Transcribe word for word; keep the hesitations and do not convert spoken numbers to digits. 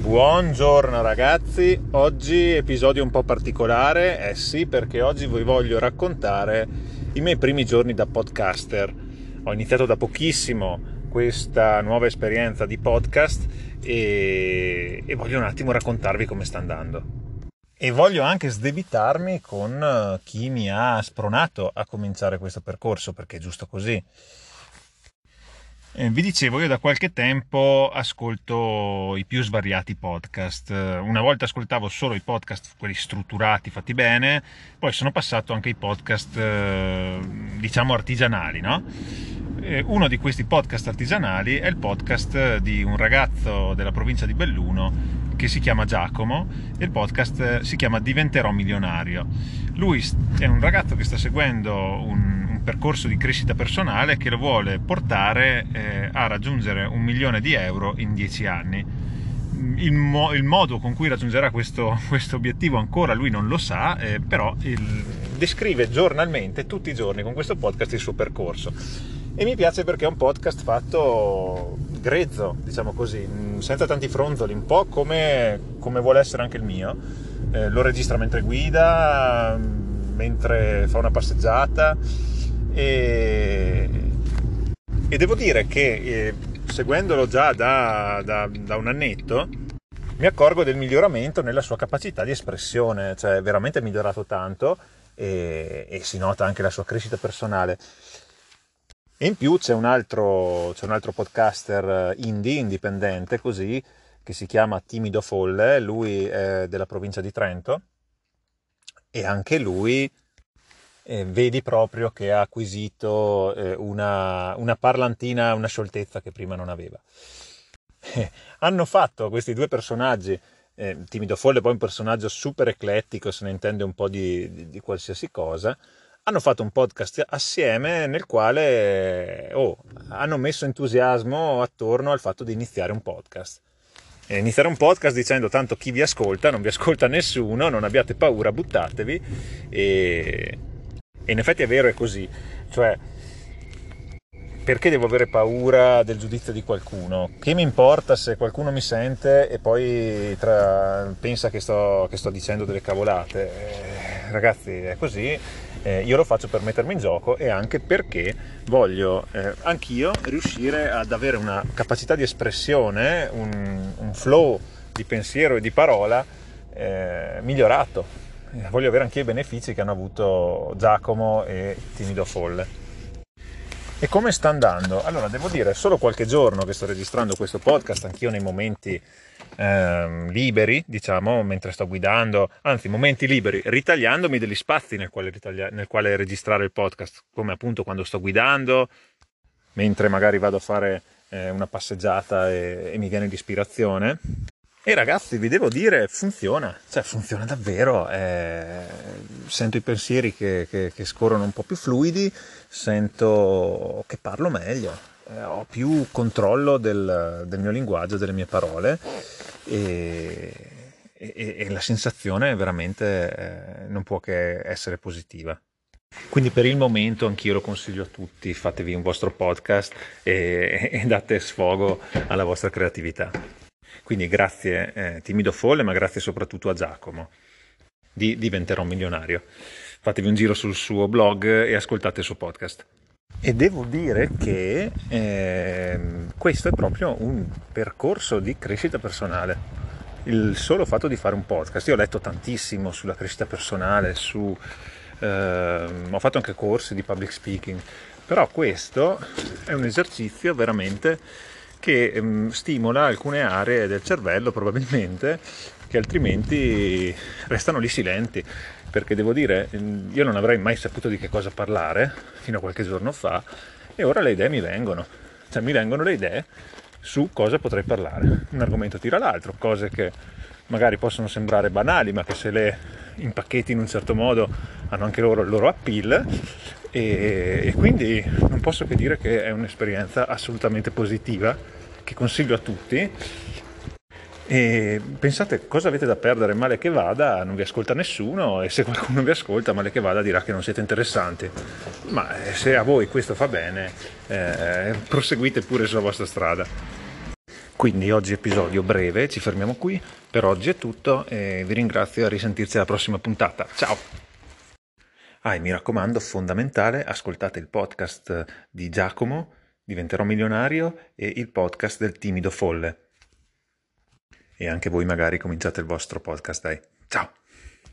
Buongiorno ragazzi, oggi episodio un po' particolare, eh sì, perché oggi vi voglio raccontare i miei primi giorni da podcaster. Ho iniziato da pochissimo questa nuova esperienza di podcast e, e voglio un attimo raccontarvi come sta andando. E voglio anche sdebitarmi con chi mi ha spronato a cominciare questo percorso, perché è giusto così. Eh, vi dicevo, io da qualche tempo ascolto i più svariati podcast. Una volta ascoltavo solo i podcast, quelli strutturati, fatti bene, poi sono passato anche ai podcast, eh, diciamo, artigianali, no? Eh, uno di questi podcast artigianali è il podcast di un ragazzo della provincia di Belluno che si chiama Giacomo, e il podcast si chiama Diventerò milionario. Lui è un ragazzo che sta seguendo un, un percorso di crescita personale che lo vuole portare eh, a raggiungere un milione di euro in dieci anni. Il, mo- il modo con cui raggiungerà questo, questo obiettivo ancora lui non lo sa, eh, però il, descrive giornalmente, tutti i giorni, con questo podcast il suo percorso. E mi piace perché è un podcast fatto grezzo, diciamo così, senza tanti fronzoli, un po' come, come vuole essere anche il mio. Eh, lo registra mentre guida, mentre fa una passeggiata e, e devo dire che eh, seguendolo già da, da, da un annetto mi accorgo del miglioramento nella sua capacità di espressione, cioè veramente è migliorato tanto e, e si nota anche la sua crescita personale. E in più c'è un altro, c'è un altro podcaster indie, indipendente così, che si chiama Timido Folle, lui è della provincia di Trento e anche lui eh, vedi proprio che ha acquisito eh, una, una parlantina, una scioltezza che prima non aveva. Eh, hanno fatto questi due personaggi, eh, Timido Folle poi un personaggio super eclettico, se ne intende un po' di, di, di qualsiasi cosa. Hanno fatto un podcast assieme nel quale oh, hanno messo entusiasmo attorno al fatto di iniziare un podcast. E iniziare un podcast dicendo tanto chi vi ascolta, non vi ascolta nessuno, non abbiate paura, buttatevi. E, e in effetti è vero, è così. Cioè, perché devo avere paura del giudizio di qualcuno? Che mi importa se qualcuno mi sente e poi tra, pensa che sto, che sto dicendo delle cavolate? Eh, ragazzi, è così. Eh, io lo faccio per mettermi in gioco e anche perché voglio eh, anch'io riuscire ad avere una capacità di espressione, un, un flow di pensiero e di parola eh, migliorato. Eh, voglio avere anche i benefici che hanno avuto Giacomo e Timido Folle. E come sta andando? Allora, devo dire, è solo qualche giorno che sto registrando questo podcast, anch'io nei momenti ehm, liberi, diciamo, mentre sto guidando, anzi, momenti liberi, ritagliandomi degli spazi nel quale, ritaglia- nel quale registrare il podcast, come appunto quando sto guidando, mentre magari vado a fare eh, una passeggiata e, e mi viene l'ispirazione. E ragazzi, vi devo dire, funziona, cioè funziona davvero, eh, sento i pensieri che, che, che scorrono un po' più fluidi, sento che parlo meglio, eh, ho più controllo del, del mio linguaggio, delle mie parole e, e, e la sensazione veramente eh, non può che essere positiva. Quindi per il momento anch'io lo consiglio a tutti, fatevi un vostro podcast e, e date sfogo alla vostra creatività. Quindi grazie eh, Timido Folle, ma grazie soprattutto a Giacomo di Diventerò milionario. Fatevi un giro sul suo blog e ascoltate il suo podcast. E devo dire che eh, questo è proprio un percorso di crescita personale. Il solo fatto di fare un podcast. Io ho letto tantissimo sulla crescita personale, su, eh, ho fatto anche corsi di public speaking, però questo è un esercizio veramente che ehm, stimola alcune aree del cervello probabilmente che altrimenti restano lì silenti, perché devo dire, io non avrei mai saputo di che cosa parlare fino a qualche giorno fa e ora le idee mi vengono, cioè mi vengono le idee su cosa potrei parlare, un argomento tira l'altro, cose che magari possono sembrare banali ma che se le impacchetti in un certo modo hanno anche loro il loro appeal e, e quindi non posso che dire che è un'esperienza assolutamente positiva che consiglio a tutti. E pensate cosa avete da perdere, male che vada non vi ascolta nessuno e se qualcuno vi ascolta male che vada dirà che non siete interessanti, ma se a voi questo fa bene eh, proseguite pure sulla vostra strada. Quindi oggi episodio breve, ci fermiamo qui, per oggi è tutto e vi ringrazio, a risentirci alla prossima puntata, ciao! Ah, e mi raccomando, fondamentale, ascoltate il podcast di Giacomo, Diventerò milionario, e il podcast del Timido Folle. E anche voi magari cominciate il vostro podcast, dai. Ciao!